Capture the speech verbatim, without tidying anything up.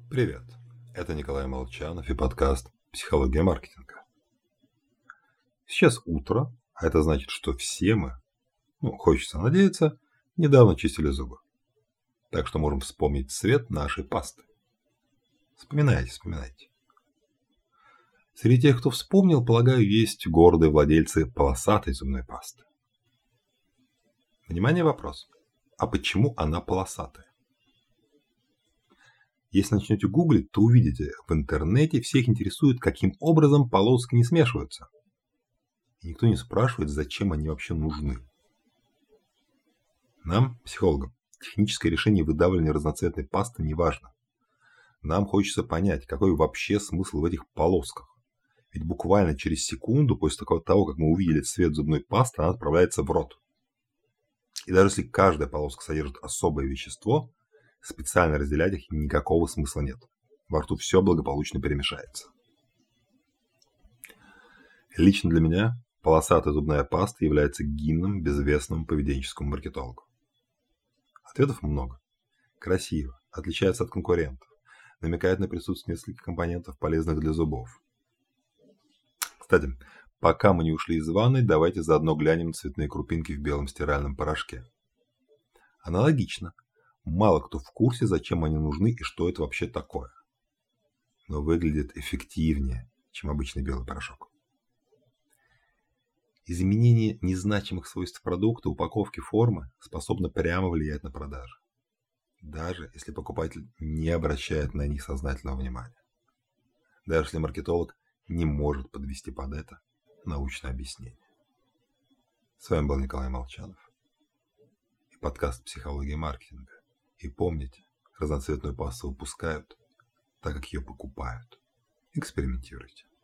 Привет, это Николай Молчанов и подкаст «Психология маркетинга». Сейчас утро, а это значит, что все мы, ну, хочется надеяться, недавно чистили зубы. Так что можем вспомнить цвет нашей пасты. Вспоминайте, вспоминайте. Среди тех, кто вспомнил, полагаю, есть гордые владельцы полосатой зубной пасты. Внимание, вопрос. А почему она полосатая? Если начнете гуглить, то увидите, в интернете всех интересует, каким образом полоски не смешиваются. И никто не спрашивает, зачем они вообще нужны. Нам, психологам, техническое решение выдавливания разноцветной пасты не важно. Нам хочется понять, какой вообще смысл в этих полосках. Ведь буквально через секунду после того, как мы увидели цвет зубной пасты, она отправляется в рот. И даже если каждая полоска содержит особое вещество, специально разделять их никакого смысла нет. Во рту все благополучно перемешается. Лично для меня полосатая зубная паста является гимном безвестному поведенческому маркетологу. Ответов много. Красиво, отличается от конкурентов, намекает на присутствие нескольких компонентов, полезных для зубов. Кстати, пока мы не ушли из ванной, давайте заодно глянем на цветные крупинки в белом стиральном порошке. Аналогично. Мало кто в курсе, зачем они нужны и что это вообще такое. Но выглядит эффективнее, чем обычный белый порошок. Изменение незначимых свойств продукта, упаковки, формы способно прямо влиять на продажи. Даже если покупатель не обращает на них сознательного внимания. Даже если маркетолог не может подвести под это научное объяснение. С вами был Николай Молчанов и подкаст «Психология маркетинга». И помните, разноцветную пасту выпускают, так как ее покупают. Экспериментируйте.